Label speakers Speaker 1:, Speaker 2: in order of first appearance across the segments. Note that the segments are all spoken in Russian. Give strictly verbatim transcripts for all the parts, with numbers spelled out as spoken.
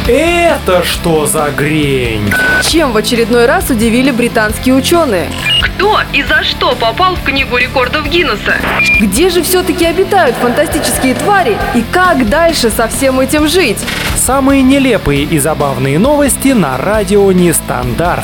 Speaker 1: Это что за грень?
Speaker 2: Чем в очередной раз удивили британские ученые?
Speaker 3: Кто и за что попал в Книгу рекордов Гиннесса?
Speaker 2: Где же все-таки обитают фантастические твари и как дальше со всем этим жить?
Speaker 1: Самые нелепые и забавные новости на радио Нестандарт.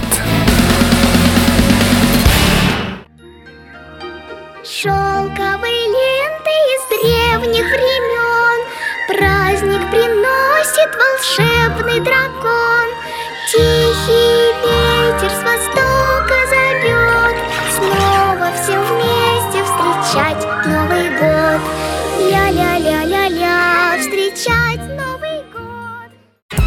Speaker 4: Шелковые ленты из древних времен праздник приносит волшебный дракон. Тихий ветер с востока зовет снова всем вместе встречать Новый год. Ля-ля-ля-ля-ля, встречать Новый год.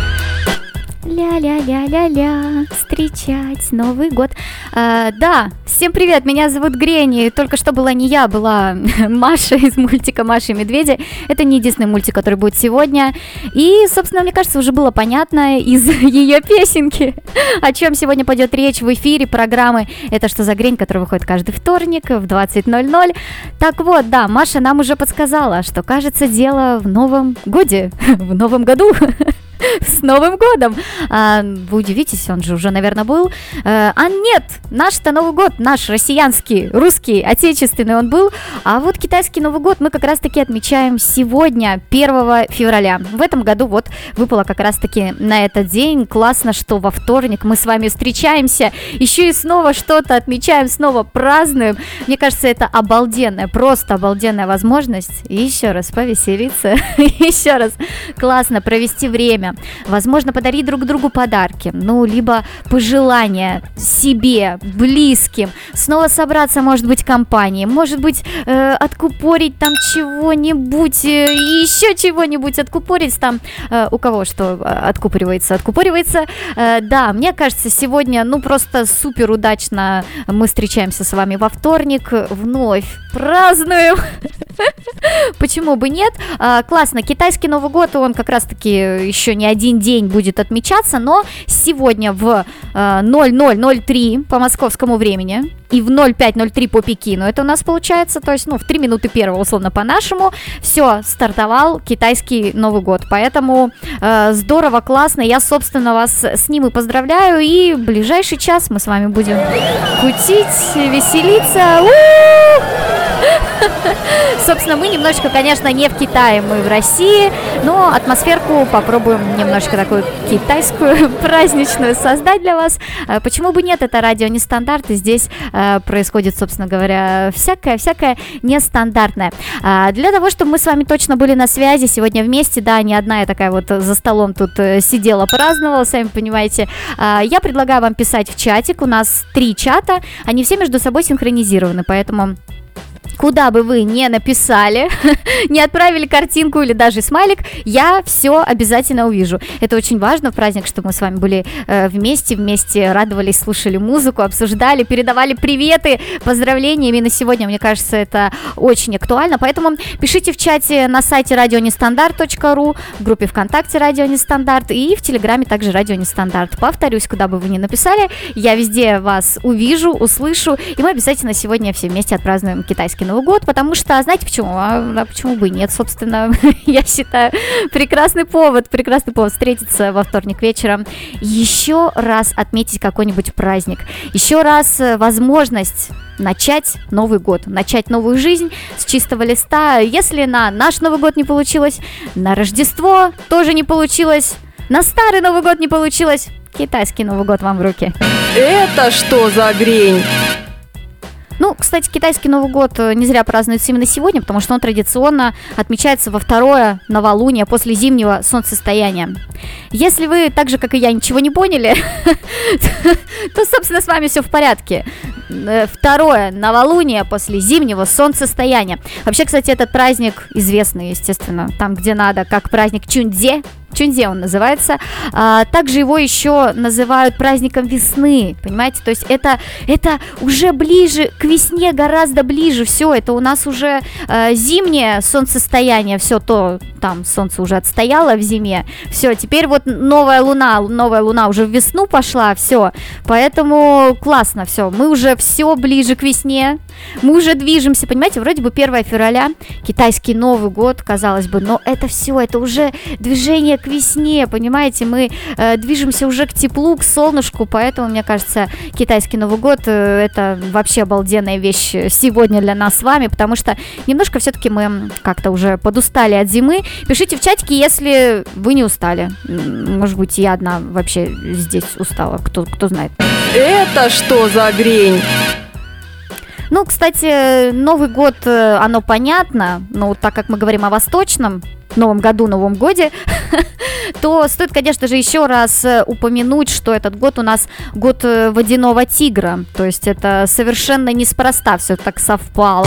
Speaker 5: Ля-ля-ля-ля-ля, встречать Новый год. А, да, всем привет, меня зовут Гренни. Только что была не я, была Маша из мультика «Маша и медведи». Это не единственный мультик, который будет сегодня. И, собственно, мне кажется, уже было понятно из ее песенки, о чем сегодня пойдет речь в эфире программы «Это что за грень?», которая выходит каждый вторник в двадцать ноль ноль. Так вот, да, Маша нам уже подсказала, что, кажется, дело в Новом годе, в Новом году. С Новым годом! А, вы удивитесь, он же уже, наверное, был. А, а нет, наш-то Новый год, наш россиянский, русский, отечественный он был. А вот китайский Новый год мы как раз-таки отмечаем сегодня, первого февраля. В этом году вот выпало как раз-таки на этот день. Классно, что во вторник мы с вами встречаемся, еще и снова что-то отмечаем, снова празднуем. Мне кажется, это обалденная, просто обалденная возможность еще раз повеселиться, еще раз классно провести время. Возможно, подарить друг другу подарки, ну, либо пожелания себе, близким, снова собраться, может быть, компанией, может быть, э, откупорить там чего-нибудь, э, еще чего-нибудь откупорить там, э, у кого что откупоривается, откупоривается. Э, да, мне кажется, сегодня, ну, просто супер удачно мы встречаемся с вами во вторник, вновь празднуем. Почему бы нет? А, классно, китайский Новый год, он как раз-таки еще не один день будет отмечаться, но сегодня в э, ноль ноль ноль три по московскому времени и в ноль пять ноль три по Пекину, это у нас получается, то есть, ну, в три минуты первого, условно, по-нашему, все, стартовал китайский Новый год, поэтому э, здорово, классно, я, собственно, вас с ним и поздравляю, и в ближайший час мы с вами будем кутить, веселиться. Собственно, мы немножечко, конечно, не в Китае, мы в России, но атмосферку попробуем немножко такую китайскую, праздничную создать для вас. Почему бы нет, это радио Нестандарт, и здесь э, происходит, собственно говоря, всякое-всякое нестандартное. А, для того, чтобы мы с вами точно были на связи сегодня вместе, да, не одна я такая вот за столом тут сидела, праздновала, сами понимаете, а, я предлагаю вам писать в чатик, у нас три чата, они все между собой синхронизированы, поэтому... Куда бы вы не написали, не отправили картинку или даже смайлик, я все обязательно увижу. Это очень важно в праздник, чтобы мы с вами были э, вместе, вместе радовались, слушали музыку, обсуждали, передавали приветы, поздравления. Именно сегодня, мне кажется, это очень актуально. Поэтому пишите в чате на сайте радио нестандарт точка ру, в группе ВКонтакте Радио Нестандарт и в Телеграме также Радио Нестандарт. Повторюсь, куда бы вы ни написали, я везде вас увижу, услышу, и мы обязательно сегодня все вместе отпразднуем китайский Новый год, потому что, знаете почему? А, а почему бы и нет, собственно, я считаю, прекрасный повод, прекрасный повод встретиться во вторник вечером, еще раз отметить какой-нибудь праздник, еще раз возможность начать Новый год, начать новую жизнь с чистого листа. Если на наш Новый год не получилось, на Рождество тоже не получилось, на Старый Новый год не получилось, китайский Новый год вам в руки.
Speaker 2: Это что за грень?
Speaker 5: Ну, кстати, китайский Новый год не зря празднуется именно сегодня, потому что он традиционно отмечается во второе новолуние после зимнего солнцестояния. Если вы, так же, как и я, ничего не поняли, то, собственно, с вами все в порядке. Второе новолуние после зимнего солнцестояния. Вообще, кстати, этот праздник известный, естественно, там, где надо, как праздник Чунцзе. Чунцзе он называется. А, также его еще называют праздником весны, понимаете? То есть это, это уже ближе к весне, гораздо ближе. Все, это у нас уже а, зимнее солнцестояние. Все, то там солнце уже отстояло в зиме. Все, теперь вот новая луна, новая луна уже в весну пошла. Все, поэтому классно, все. Мы уже все ближе к весне. Мы уже движемся, понимаете, вроде бы первое февраля, китайский Новый год, казалось бы, но это все, это уже движение к весне, понимаете, мы э, движемся уже к теплу, к солнышку, поэтому, мне кажется, китайский Новый год э, это вообще обалденная вещь сегодня для нас с вами, потому что немножко все-таки мы как-то уже подустали от зимы. Пишите в чатике, если вы не устали. Может быть, я одна вообще здесь устала, кто, кто знает.
Speaker 2: Это что за грень?
Speaker 5: Ну, кстати, Новый год, оно понятно, но так как мы говорим о восточном Новом году, Новом годе, то стоит, конечно же, еще раз упомянуть, что этот год у нас год водяного тигра. То есть это совершенно неспроста все так совпало.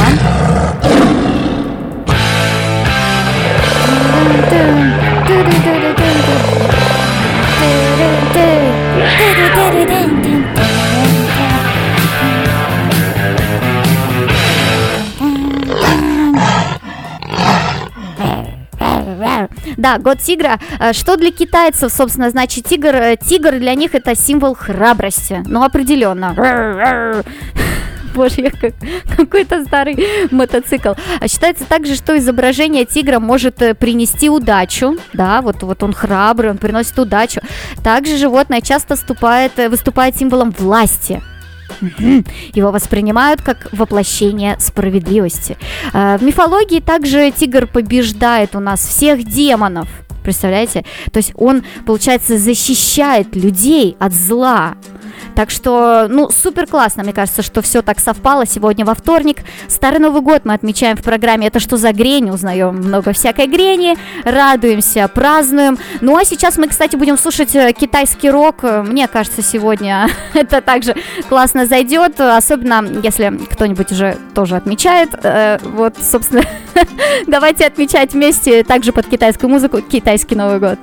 Speaker 5: Да, год тигра. Что для китайцев, собственно, значит тигр? Тигр для них это символ храбрости. Ну, определенно. Боже, я как какой-то старый мотоцикл. А считается также, что изображение тигра может принести удачу. Да, вот, вот он храбрый, он приносит удачу. Также животное часто выступает, выступает символом власти. Его воспринимают как воплощение справедливости. В мифологии также тигр побеждает у нас всех демонов. Представляете? То есть он, получается, защищает людей от зла. Так что, ну, супер классно, мне кажется, что все так совпало. Сегодня во вторник. Старый Новый год мы отмечаем в программе «Это что за грень?». Узнаем много всякой грени, радуемся, празднуем. Ну, а сейчас мы, кстати, будем слушать китайский рок. Мне кажется, сегодня это также классно зайдет. Особенно, если кто-нибудь уже тоже отмечает. Вот, собственно, давайте отмечать вместе также под китайскую музыку китайский Новый год.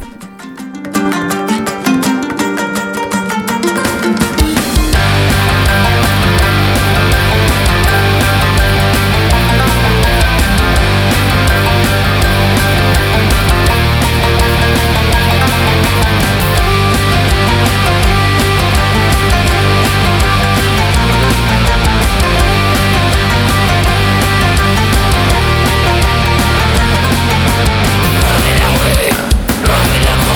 Speaker 6: Run away, run away.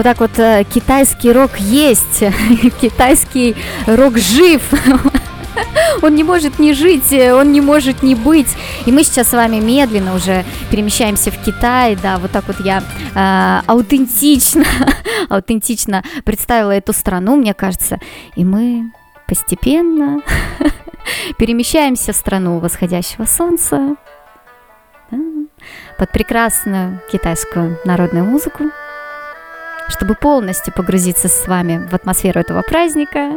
Speaker 5: Вот так вот э, китайский рок есть, китайский рок жив. Он не может не жить, он не может не быть. И мы сейчас с вами медленно уже перемещаемся в Китай. Да, вот так вот я э, аутентично, аутентично представила эту страну, мне кажется. И мы постепенно перемещаемся в страну восходящего солнца, да, под прекрасную китайскую народную музыку, чтобы полностью погрузиться с вами в атмосферу этого праздника.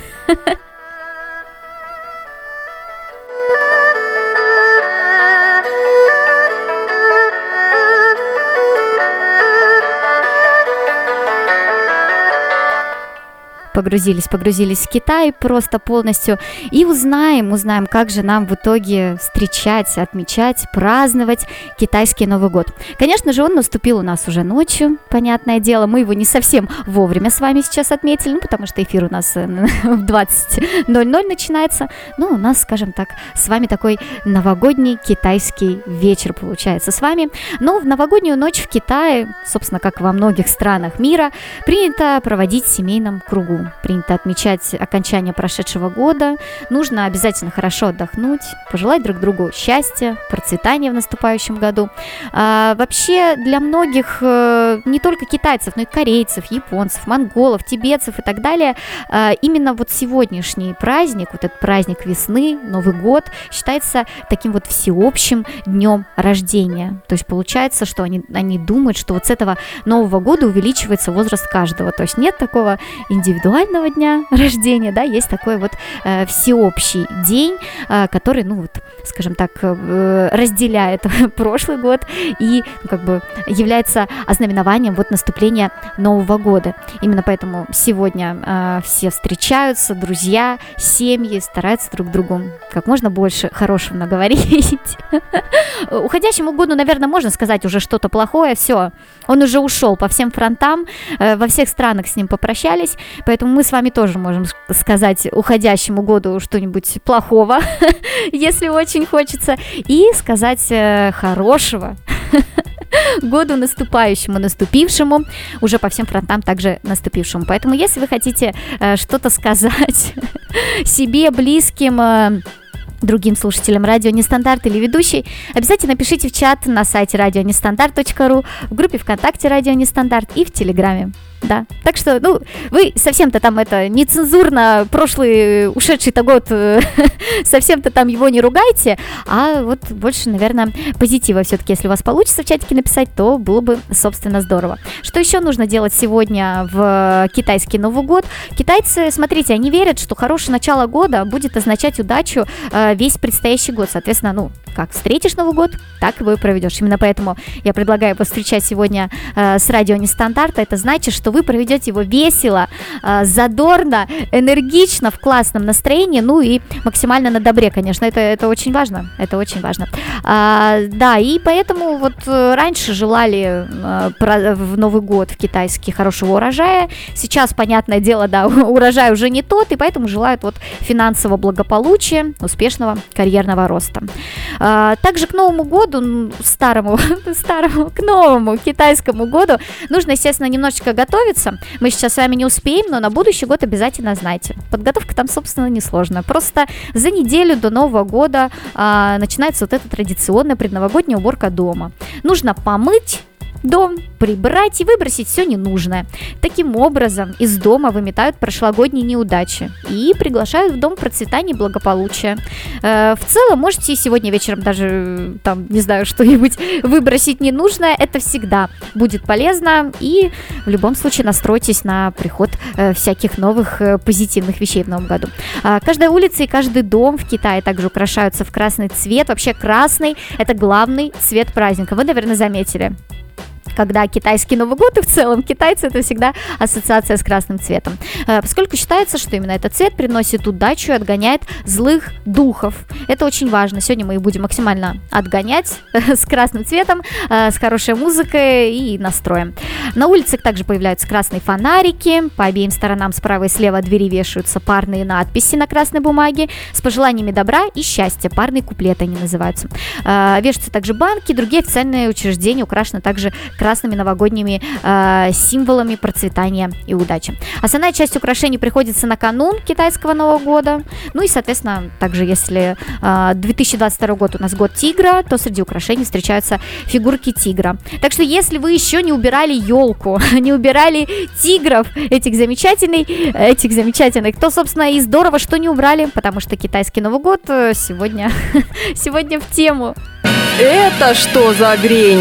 Speaker 5: Погрузились, погрузились в Китай просто полностью и узнаем, узнаем, как же нам в итоге встречать, отмечать, праздновать китайский Новый год. Конечно же, он наступил у нас уже ночью, понятное дело, мы его не совсем вовремя с вами сейчас отметили, ну, потому что эфир у нас в двадцать ноль ноль начинается, но у нас, скажем так, с вами такой новогодний китайский вечер получается с вами. Но в новогоднюю ночь в Китае, собственно, как во многих странах мира, принято проводить в семейном кругу. Принято отмечать окончание прошедшего года. Нужно обязательно хорошо отдохнуть, пожелать друг другу счастья, процветания в наступающем году. А, вообще для многих, не только китайцев, но и корейцев, японцев, монголов, тибетцев и так далее, а, именно вот сегодняшний праздник, вот этот праздник весны, Новый год, считается таким вот всеобщим днем рождения. То есть получается, что они, они думают, что вот с этого Нового года увеличивается возраст каждого. То есть нет такого индивидуального дня рождения, да, есть такой вот э, всеобщий день, э, который, ну вот, скажем так, э, разделяет прошлый год и, ну, как бы является ознаменованием вот наступления Нового года. Именно поэтому сегодня э, все встречаются, друзья, семьи, стараются друг другу как можно больше хорошего наговорить. Уходящему году, наверное, можно сказать уже что-то плохое, все, он уже ушел по всем фронтам, э, во всех странах с ним попрощались, поэтому мы с вами тоже можем сказать уходящему году что-нибудь плохого, если очень хочется, и сказать э, хорошего году наступающему, наступившему, уже по всем фронтам также наступившему. Поэтому, если вы хотите э, что-то сказать себе, близким, э, другим слушателям радио Нестандарт или ведущей, обязательно пишите в чат на сайте радио нестандарт точка ру, в группе ВКонтакте Радио Нестандарт и в Телеграме. Да, так что, ну, вы совсем-то там это нецензурно прошлый ушедший-то год совсем-то там его не ругайте, а вот больше, наверное, позитива все-таки, если у вас получится в чатике написать, то было бы, собственно, здорово. Что еще нужно делать сегодня в китайский Новый год? Китайцы, смотрите, они верят, что хорошее начало года будет означать удачу э, весь предстоящий год. Соответственно, ну, как встретишь Новый год, так его и проведешь. Именно поэтому я предлагаю повстречать сегодня э, с радио Нестандарта. Это значит, что вы проведете его весело, э, задорно, энергично, в классном настроении, ну и максимально на добре, конечно. Это, это очень важно. Это очень важно. А, да, и поэтому вот раньше желали э, про, в Новый год в китайский хорошего урожая. Сейчас, понятное дело, да, урожай уже не тот, и поэтому желают вот финансового благополучия, успешного карьерного роста. А, также к Новому году, старому, старому, к новому китайскому году нужно, естественно, немножечко готовиться. Мы сейчас с вами не успеем, но на будущий год обязательно знайте. Подготовка там, собственно, несложная. Просто за неделю до Нового года а, начинается вот эта традиционная предновогодняя уборка дома. Нужно помыть дом, прибрать и выбросить все ненужное. Таким образом, из дома выметают прошлогодние неудачи и приглашают в дом процветание и благополучие. Э, в целом, можете сегодня вечером даже, там, не знаю, что-нибудь выбросить ненужное. Это всегда будет полезно. И в любом случае настройтесь на приход э, всяких новых э, позитивных вещей в новом году. Э, каждая улица и каждый дом в Китае также украшаются в красный цвет. Вообще красный – это главный цвет праздника. Вы, наверное, заметили. Когда китайский Новый год и в целом китайцы, это всегда ассоциация с красным цветом. Поскольку считается, что именно этот цвет приносит удачу и отгоняет злых духов. Это очень важно. Сегодня мы их будем максимально отгонять с красным цветом, с хорошей музыкой и настроем. На улицах также появляются красные фонарики. По обеим сторонам справа и слева от двери вешаются парные надписи на красной бумаге с пожеланиями добра и счастья. Парные куплеты они называются. Вешаются также банки, другие официальные учреждения украшены также красными прекрасными новогодними э, символами процветания и удачи. Основная часть украшений приходится на канун китайского Нового года. Ну и, соответственно, также если э, две тысячи двадцать второй год у нас год тигра, то среди украшений встречаются фигурки тигра. Так что если вы еще не убирали елку, не убирали тигров, этих замечательных, этих замечательных, то, собственно, и здорово, что не убрали, потому что китайский Новый год сегодня, сегодня в тему.
Speaker 2: Это что за грень?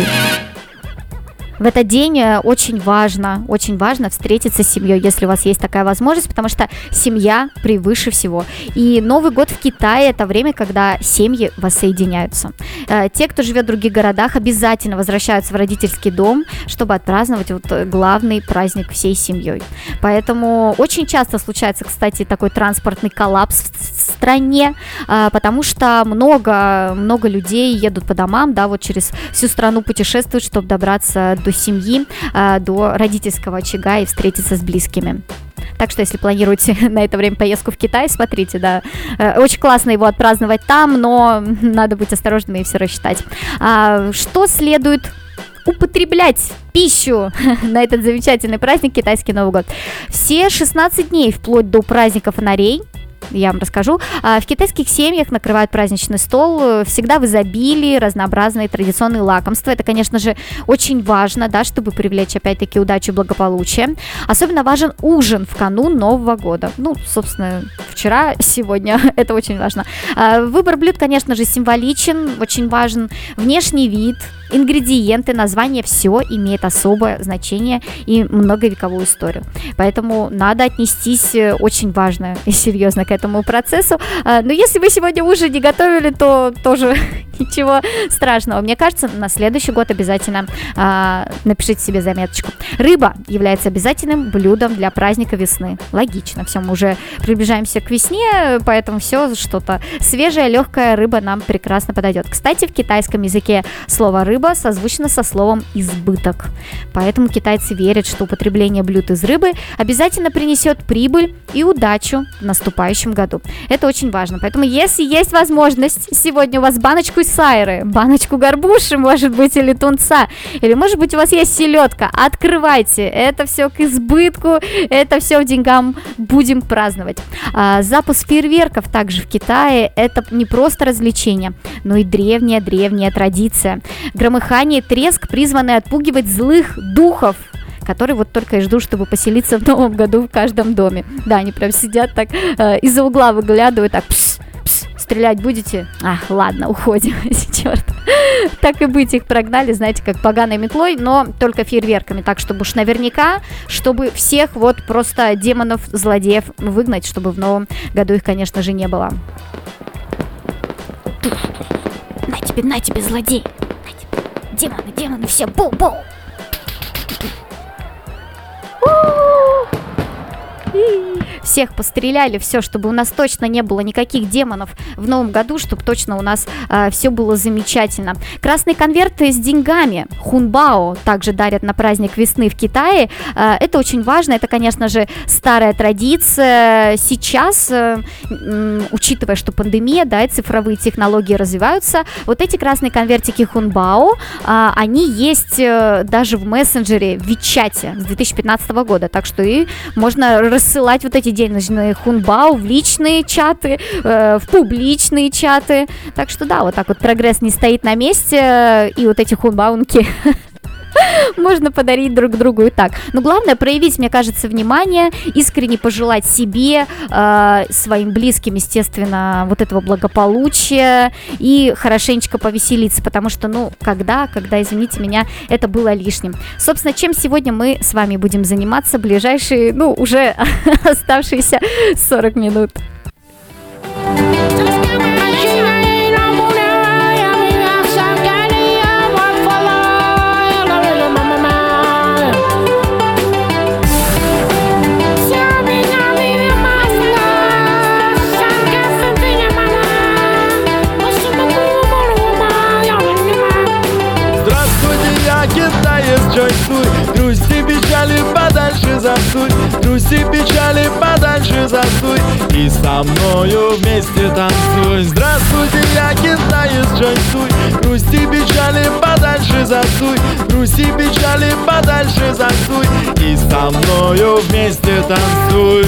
Speaker 5: В этот день очень важно, очень важно встретиться с семьей, если у вас есть такая возможность, потому что семья превыше всего. И Новый год в Китае – это время, когда семьи воссоединяются. Те, кто живет в других городах, обязательно возвращаются в родительский дом, чтобы отпраздновать вот главный праздник всей семьей. Поэтому очень часто случается, кстати, такой транспортный коллапс в стране, потому что много, много людей едут по домам, да, вот через всю страну путешествуют, чтобы добраться до до семьи, до родительского очага и встретиться с близкими. Так что, если планируете на это время поездку в Китай, смотрите, да, очень классно его отпраздновать там, но надо быть осторожными и все рассчитать. А, что следует употреблять пищу на этот замечательный праздник китайский Новый год? Все шестнадцать дней, вплоть до праздника фонарей, я вам расскажу. В китайских семьях накрывают праздничный стол всегда в изобилии, разнообразные традиционные лакомства. Это, конечно же, очень важно, да, чтобы привлечь, опять-таки, удачу и благополучие. Особенно важен ужин в канун Нового года. Ну, собственно, вчера, сегодня. Это очень важно. Выбор блюд, конечно же, символичен, очень важен внешний вид, ингредиенты, название, все имеет особое значение и многовековую историю. Поэтому надо отнестись очень важно и серьезно к этому процессу. Но если вы сегодня ужин не готовили, то тоже ничего страшного. Мне кажется, на следующий год обязательно а, напишите себе заметочку. Рыба является обязательным блюдом для праздника весны. Логично, все, мы уже приближаемся к весне, поэтому все что-то свежее, легкая рыба нам прекрасно подойдет. Кстати, в китайском языке слово рыба созвучно со словом избыток. Поэтому китайцы верят, что употребление блюд из рыбы обязательно принесет прибыль и удачу в наступающем году. Это очень важно. Поэтому, если есть возможность, сегодня у вас баночку сайры, баночку горбуши, может быть, или тунца, или, может быть, у вас есть селедка, открывайте. Это все к избытку, это все в деньгам будем праздновать. А, запуск фейерверков также в Китае это не просто развлечение, но и древняя-древняя традиция. Громыхание, треск призваны отпугивать злых духов, которые вот только и ждут, чтобы поселиться в новом году в каждом доме. Да, они прям сидят так, э, из-за угла выглядывают, так, пс, пс, стрелять будете? Ах, ладно, уходим, черт. Так и быть, их прогнали, знаете, как поганой метлой, но только фейерверками, так, чтобы уж наверняка, чтобы всех вот просто демонов, злодеев выгнать, чтобы в новом году их, конечно же, не было. На тебе, на тебе, злодей! На тебе. Демоны, демоны, все, боу-боу! Всех постреляли, все, чтобы у нас точно не было никаких демонов в новом году, чтобы точно у нас э, все было замечательно. Красные конверты с деньгами хунбао также дарят на праздник весны в Китае. Э, это очень важно, это, конечно же, старая традиция. Сейчас, э, э, учитывая, что пандемия, да, и цифровые технологии развиваются, вот эти красные конвертики хунбао, э, они есть э, даже в мессенджере, в Вичате с две тысячи пятнадцатого года, так что и можно рассылать вот эти денежные хунбао в личные чаты, э, в публичные чаты. Так что да, вот так вот прогресс не стоит на месте, и вот эти хунбаунки можно подарить друг другу и так. Но главное проявить, мне кажется, внимание, искренне пожелать себе, э, своим близким, естественно, вот этого благополучия и хорошенечко повеселиться, потому что, ну, когда, когда, извините меня, это было лишним. Собственно, чем сегодня мы с вами будем заниматься ближайшие, ну, уже оставшиеся сорок минут.
Speaker 6: Грусти, печали подальше засуй, грусти, печали подальше засуй, и со мною вместе танцуй. Здравствуйте, я китаец Джойсуй, грусти, печали подальше засуй, грусти, печали подальше засуй и со мною вместе танцуй.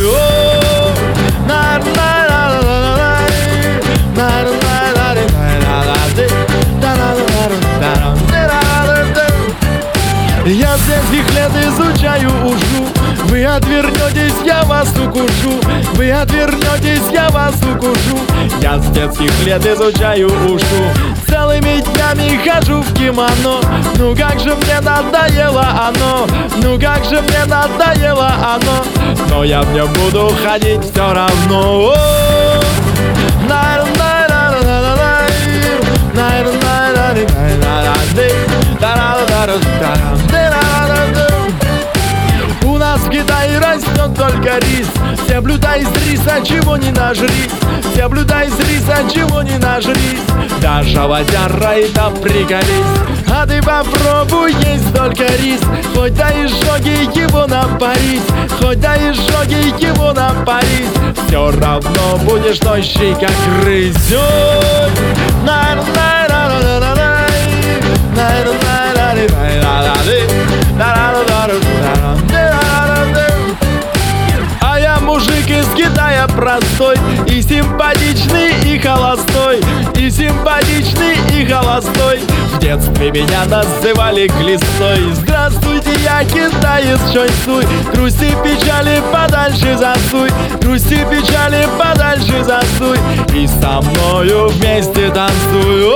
Speaker 6: Я с детских лет изучаю ушу. Вы отвернетесь, я вас укушу. Вы отвернетесь, я вас укушу. Я с детских лет изучаю ушу. Целыми днями хожу в кимоно. Ну как же мне надоело оно. Ну как же мне надоело оно. Но я в нем буду ходить все равно. У нас в Китае растет только рис. Все блюда из риса, чего не нажрись. Все блюда из риса, чего не нажрись. Даже водяра и да приколись. А ты попробуй есть только рис. Хоть до изжоги его напарить. Хоть до изжоги его напарить. Все равно будешь тощий, как рысь. А я мужик из Китая простой, и симпатичный, и холостой. И симпатичный, и холостой. В детстве меня называли глистой. Здравствуйте, я китаец Чойсуй. Грусти, печали подальше засуй. Грусти, печали подальше засуй и со мною вместе танцуй.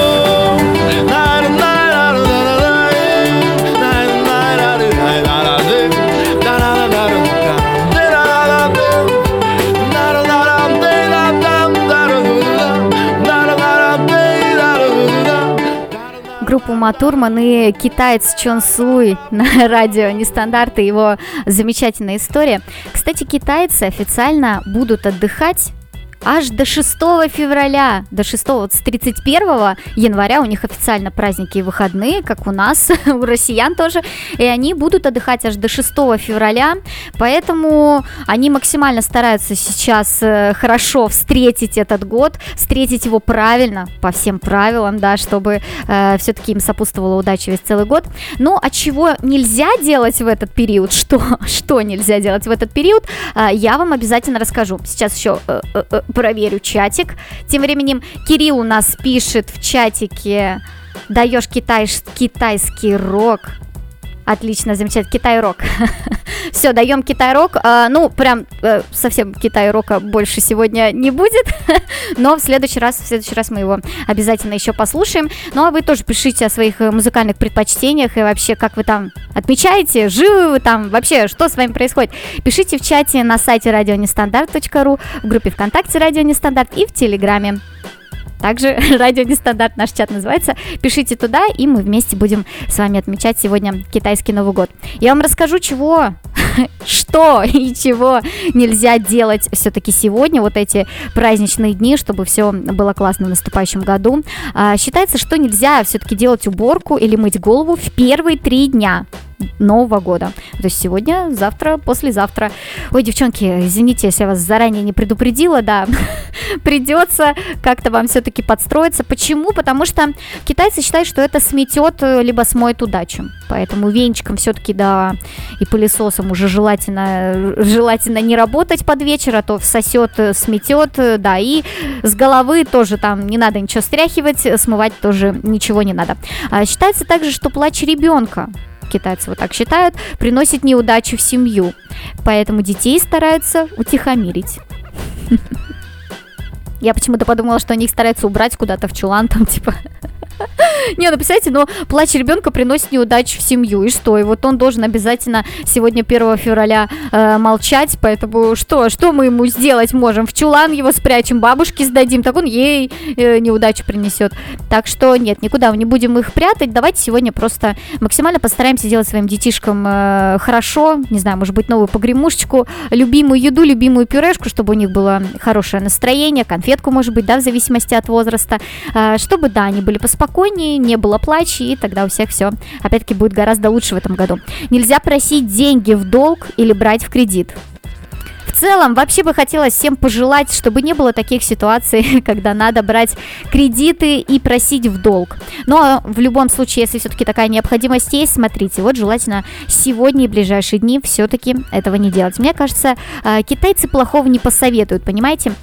Speaker 5: Группа Uma Thurman и китаец Чон Суй на радио Нестандарт и его замечательная история. Кстати, китайцы официально будут отдыхать аж до шестого февраля, до шестого, вот с тридцать первого января у них официально праздники и выходные, как у нас, у россиян тоже, и они будут отдыхать аж до шестого февраля, поэтому они максимально стараются сейчас хорошо встретить этот год, встретить его правильно, по всем правилам, да, чтобы э, все-таки им сопутствовала удача весь целый год. Ну, а чего нельзя делать в этот период, что, что нельзя делать в этот период, э, я вам обязательно расскажу. Сейчас еще э, э, проверю чатик. Тем временем Кирилл у нас пишет в чатике: даешь китай, китайский рок. Отлично, замечательно. Китай-рок. Все, даем Китай-рок. А, ну, прям э, совсем Китай-рока больше сегодня не будет. Но в следующий раз, в следующий раз мы его обязательно еще послушаем. Ну, а вы тоже пишите о своих музыкальных предпочтениях. И вообще, как вы там отмечаете, живы вы там, вообще, что с вами происходит. Пишите в чате на сайте радио нестандарт точка ру, в группе ВКонтакте Радио Нестандарт и в Телеграме. Также Радио Нестандарт, наш чат называется. Пишите туда, и мы вместе будем с вами отмечать сегодня китайский Новый год. Я вам расскажу, чего, что и чего нельзя делать все-таки сегодня, вот эти праздничные дни, чтобы все было классно в наступающем году. А, считается, что нельзя все-таки делать уборку или мыть голову в первые три дня Нового года. То есть сегодня, завтра, послезавтра. Ой, девчонки, извините, если я вас заранее не предупредила, да, придется как-то вам все-таки подстроиться. Почему? Потому что китайцы считают, что это сметет, либо смоет удачу. Поэтому венчиком все-таки, да, и пылесосом уже желательно, желательно не работать под вечер, а то всосет, сметет, да, и с головы тоже там не надо ничего стряхивать, смывать тоже ничего не надо. А считается также, что плач ребенка, китайцы вот так считают, приносит неудачу в семью. Поэтому детей стараются утихомирить. Я почему-то подумала, что они их стараются убрать куда-то в чулан, там типа... Не, ну представляете, но плач ребенка приносит неудачу в семью. И что? И вот он должен обязательно сегодня первого февраля э, молчать. Поэтому что? Что мы ему сделать можем? В чулан его спрячем, бабушке сдадим, так он ей э, неудачу принесет. Так что нет, никуда мы не будем их прятать. Давайте сегодня просто максимально постараемся сделать своим детишкам э, хорошо. Не знаю, может быть, новую погремушечку, любимую еду, любимую пюрешку, чтобы у них было хорошее настроение, конфетку, может быть, да, в зависимости от возраста. Э, чтобы, да, они были поспокойнее, не было плача, и тогда у всех все, опять-таки, будет гораздо лучше в этом году. Нельзя просить деньги в долг или брать в кредит. В целом, вообще бы хотелось всем пожелать, чтобы не было таких ситуаций, когда надо брать кредиты и просить в долг. Но в любом случае, если все-таки такая необходимость есть, смотрите, вот желательно сегодня и ближайшие дни все-таки этого не делать. Мне кажется, китайцы плохого не посоветуют, понимаете?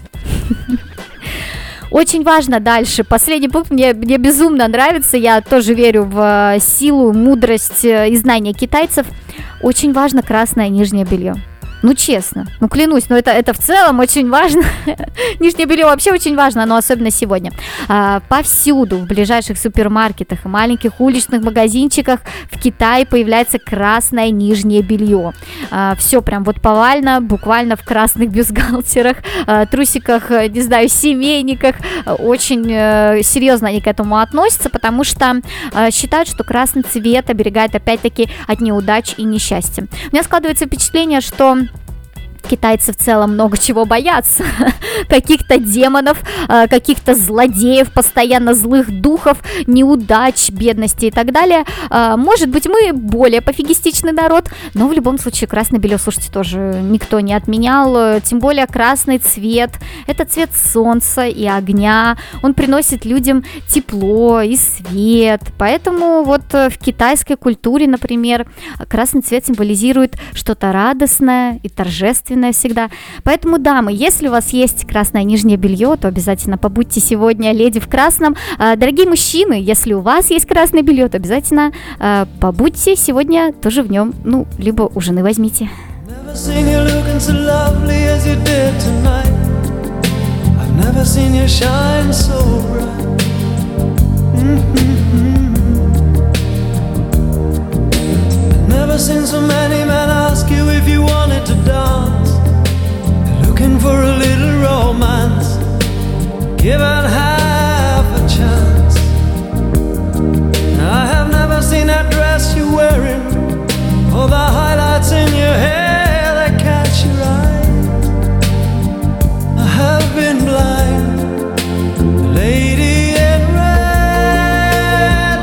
Speaker 5: Очень важно дальше. Последний пункт мне, мне безумно нравится. Я тоже верю в силу, мудрость и знания китайцев. Очень важно красное нижнее белье. Ну, честно, ну, клянусь, но это, это в целом очень важно. Нижнее белье вообще очень важно, но особенно сегодня. А, повсюду, в ближайших супермаркетах и маленьких уличных магазинчиках в Китае появляется красное нижнее белье. А, все прям вот повально, буквально в красных бюстгальтерах, а, трусиках, не знаю, семейниках. Очень а, серьезно они к этому относятся, потому что а, считают, что красный цвет оберегает опять-таки от неудач и несчастья. У меня складывается впечатление, что китайцы в целом много чего боятся. Каких-то демонов, каких-то злодеев, постоянно злых духов, неудач, бедности и так далее. Может быть, мы более пофигистичный народ, но в любом случае красное белье, слушайте, тоже никто не отменял. Тем более красный цвет — это цвет солнца и огня. Он приносит людям тепло и свет. Поэтому вот в китайской культуре, например, красный цвет символизирует что-то радостное и торжественное всегда. Поэтому, дамы, если у вас есть красное нижнее белье, то обязательно побудьте сегодня леди в красном. Дорогие мужчины, если у вас есть красное белье, то обязательно побудьте сегодня тоже в нем. Ну, либо у жены возьмите.
Speaker 7: Never seen so many men ask you if you wanted to dance. Looking for a little romance, given half a chance. I have never seen that dress you're wearing, or the highlights in your hair that catch your eye. I have been blind, lady in red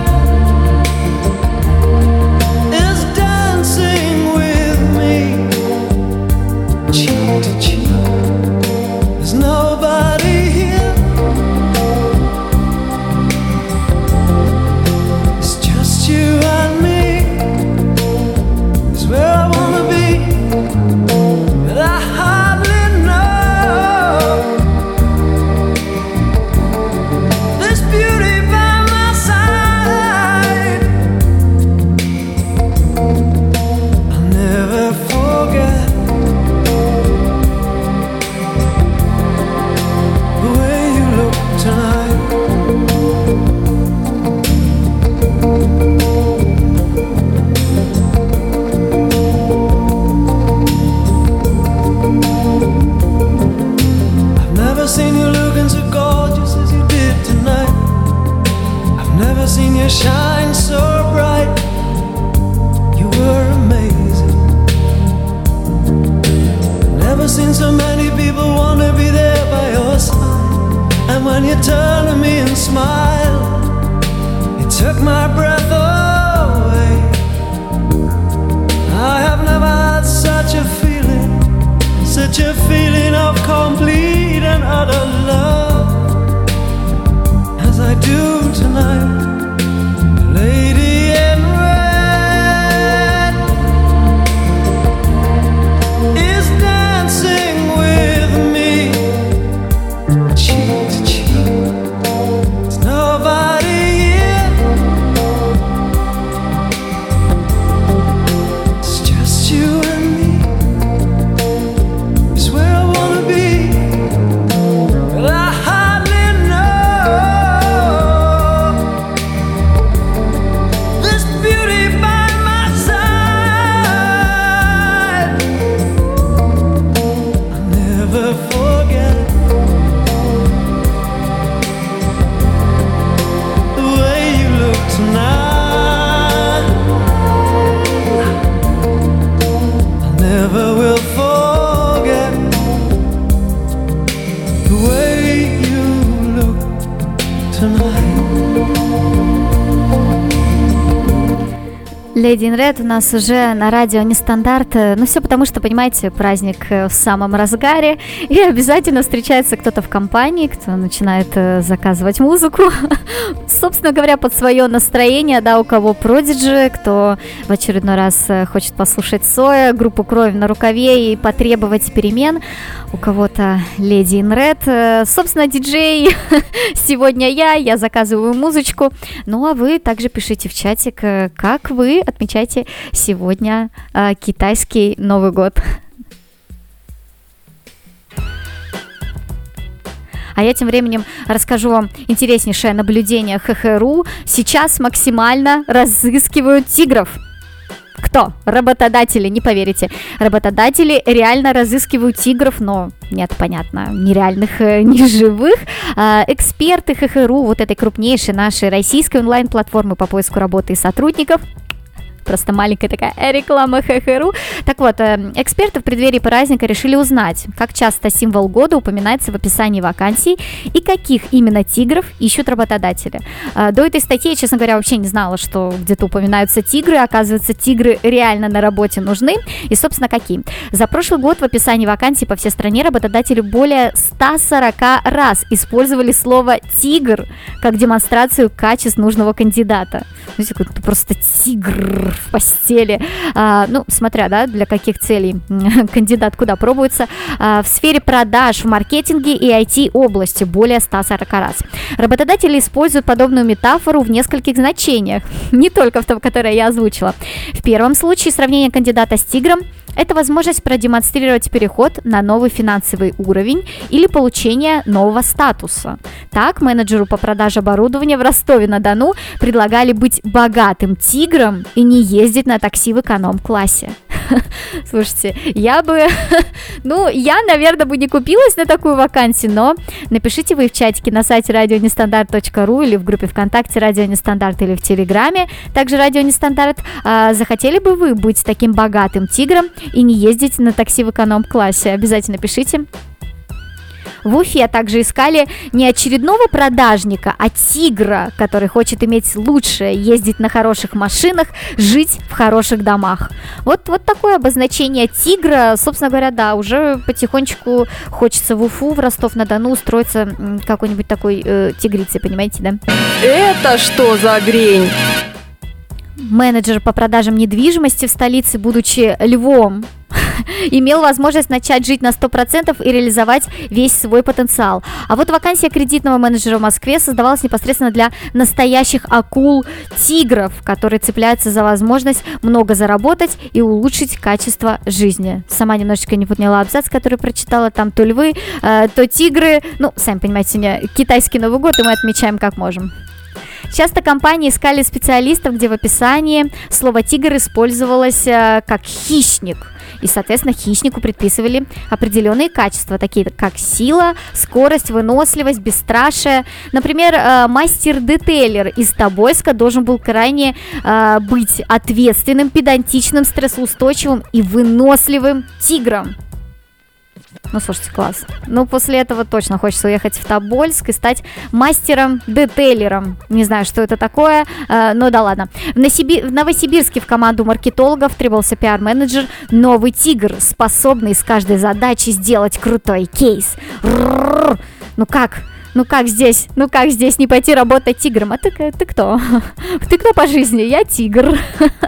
Speaker 7: is dancing with me, cheek to cheek. There's nobody here, it's just you and me. It's where I wanna be, but I hardly know. This beauty by my side, I'll never forget the way you look tonight. I've never seen you looking so gorgeous as you did tonight. I've never seen you shine so bright. You were amazing. Never seen so many people want to be there by your side. And when you turn to me and smile, it took my breath away. I have never had such a feeling, such a feeling of complete and utter love as I do tonight, lady in red is dancing with me, cheek to cheek. There's nobody here,
Speaker 5: Lady in Red у нас уже на радио Нестандарт. Ну, все потому, что, понимаете, праздник в самом разгаре. И обязательно встречается кто-то в компании, кто начинает заказывать музыку. Собственно говоря, под свое настроение, да, у кого Prodigy, кто в очередной раз хочет послушать Соя, группу Кровь на рукаве и потребовать перемен. У кого-то Lady in Red. Собственно, диджей сегодня я, я заказываю музычку. Ну, а вы также пишите в чатик, как вы отмечайте сегодня э, китайский Новый год. А я тем временем расскажу вам интереснейшее наблюдение ХХРУ. Сейчас максимально разыскивают тигров. Кто? Работодатели, не поверите. Работодатели реально разыскивают тигров, но нет, понятно, ни реальных, ни живых. А, эксперты ХХРУ, вот этой крупнейшей нашей российской онлайн-платформы по поиску работы и сотрудников, просто маленькая такая реклама ХХРУ. Так вот, эксперты в преддверии праздника решили узнать, как часто символ года упоминается в описании вакансий и каких именно тигров ищут работодатели. До этой статьи я, честно говоря, вообще не знала, что где-то упоминаются тигры. Оказывается, тигры реально на работе нужны. И, собственно, какие? За прошлый год в описании вакансий по всей стране работодатели более ста сорока раз использовали слово «тигр» как демонстрацию качеств нужного кандидата. Знаете, просто тигр в постели. А, ну, смотря, да, для каких целей кандидат куда пробуется. А, в сфере продаж, в маркетинге и ай ти-области более ста сорока раз. Работодатели используют подобную метафору в нескольких значениях, не только в том, которое я озвучила. В первом случае сравнение кандидата с тигром – это возможность продемонстрировать переход на новый финансовый уровень или получение нового статуса. Так, менеджеру по продаже оборудования в Ростове-на-Дону предлагали быть богатым тигром и не ездить на такси в эконом-классе. Слушайте, я бы, ну, я, наверное, бы не купилась на такую вакансию, но напишите вы в чатике на сайте радио нестандарт точка ру или в группе ВКонтакте Радио Нестандарт или в Телеграме, также Радио Нестандарт, а, захотели бы вы быть таким богатым тигром и не ездить на такси в эконом-классе? Обязательно пишите. В Уфе также искали не очередного продажника, а тигра, который хочет иметь лучшее, ездить на хороших машинах, жить в хороших домах. Вот, вот такое обозначение тигра. Собственно говоря, да, уже потихонечку хочется в Уфу, в Ростов-на-Дону устроиться какой-нибудь такой э, тигрицей, понимаете, да?
Speaker 2: Это что за грень?
Speaker 5: Менеджер по продажам недвижимости в столице, будучи львом, имел возможность начать жить на сто процентов и реализовать весь свой потенциал. А вот вакансия кредитного менеджера в Москве создавалась непосредственно для настоящих акул-тигров, которые цепляются за возможность много заработать и улучшить качество жизни. Сама немножечко не поняла абзац, который прочитала. Там то львы, э, то тигры. Ну, сами понимаете, сегодня китайский Новый год, и мы отмечаем как можем. Часто компании искали специалистов, где в описании слово «тигр» использовалось э, как «хищник». И, соответственно, хищнику предписывали определенные качества, такие как сила, скорость, выносливость, бесстрашие. Например, э, мастер-детейлер из Тобольска должен был крайне э, быть ответственным, педантичным, стрессоустойчивым и выносливым тигром. Ну, слушайте, класс. Ну, после этого точно хочется уехать в Тобольск и стать мастером-детейлером. Не знаю, что это такое, э, но да ладно. В, Носиби... в Новосибирске в команду маркетологов требовался пиар-менеджер «Новый тигр», способный с каждой задачей сделать крутой кейс. Р-р-р. Ну как? Ну как здесь? Ну как здесь не пойти работать тигром? А ты, ты кто? Ты кто по жизни? Я тигр.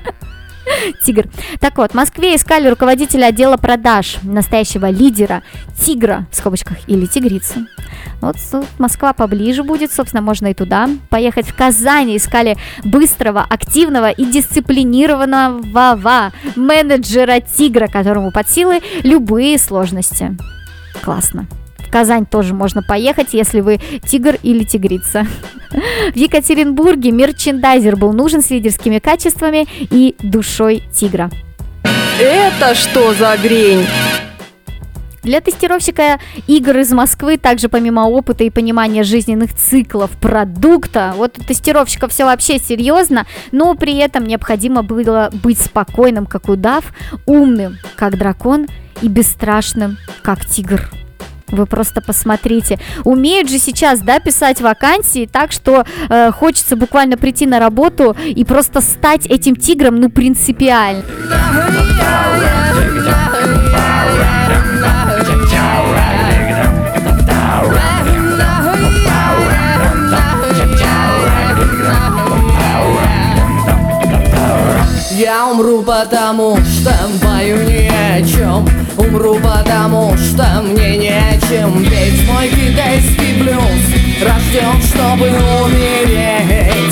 Speaker 5: Тигр. Так вот, в Москве искали руководителя отдела продаж, настоящего лидера, тигра, в скобочках, или тигрицы. Вот Москва поближе будет, собственно, можно и туда поехать. В Казани искали быстрого, активного и дисциплинированного менеджера тигра, которому под силы любые сложности. Классно. В Казань тоже можно поехать, если вы тигр или тигрица. В Екатеринбурге мерчендайзер был нужен с лидерскими качествами и душой тигра.
Speaker 2: Это что за грень?
Speaker 5: Для тестировщика игр из Москвы также помимо опыта и понимания жизненных циклов продукта, вот у тестировщика все вообще серьезно, но при этом необходимо было быть спокойным, как удав, умным, как дракон и бесстрашным, как тигр. Вы просто посмотрите. Умеют же сейчас, да, писать вакансии так, что э, хочется буквально прийти на работу и просто стать этим тигром, ну, принципиально.
Speaker 8: Я умру, потому что пою ни о чем. Умру, потому что мне нечем петь. Мой китайский блюз рожден, чтобы умереть.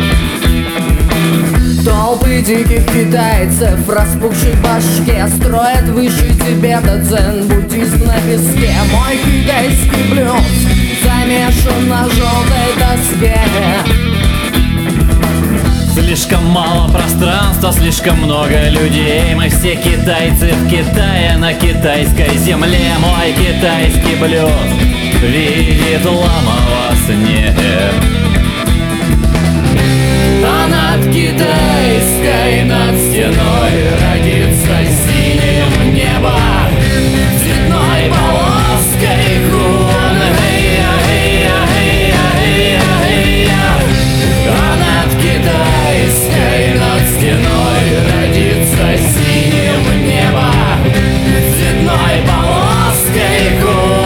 Speaker 8: Толпы диких китайцев, распухших в башке, строят выше Тибета дзен-буддизм на песке. Мой китайский блюз замешан на желтой доске.
Speaker 9: Слишком мало пространства, слишком много людей. Мы все китайцы в Китае, на китайской земле. Мой китайский блюз видит лама во сне. А над китайской, над стеной родится синим небо, цветной полоской крон. А над китайской, над стеной родится синим небо, цветной полоской крон.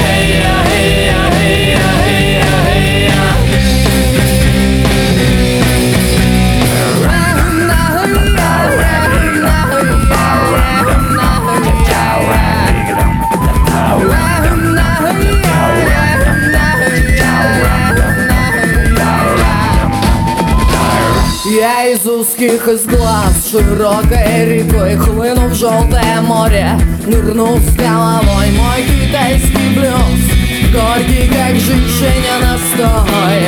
Speaker 8: Я из узких из глаз широкой рекой хлыну в желтое море, нырну с головой. Мой китайский блюз горький, как женщина настой.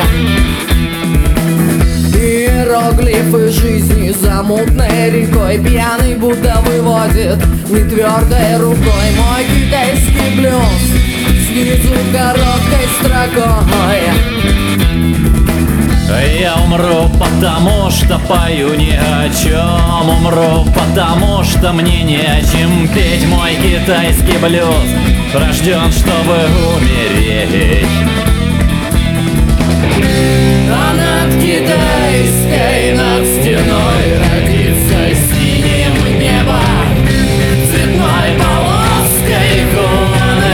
Speaker 8: Иероглифы жизни за мутной рекой пьяный Будда выводит нетвердой рукой. Мой китайский блюз снизу короткой строкой.
Speaker 9: Я умру, потому что пою ни о чем. Умру, потому что мне не о чем петь. Мой китайский блюз рожден, чтобы умереть. А над китайской, над стеной родится синим небо, цветной полоской крон.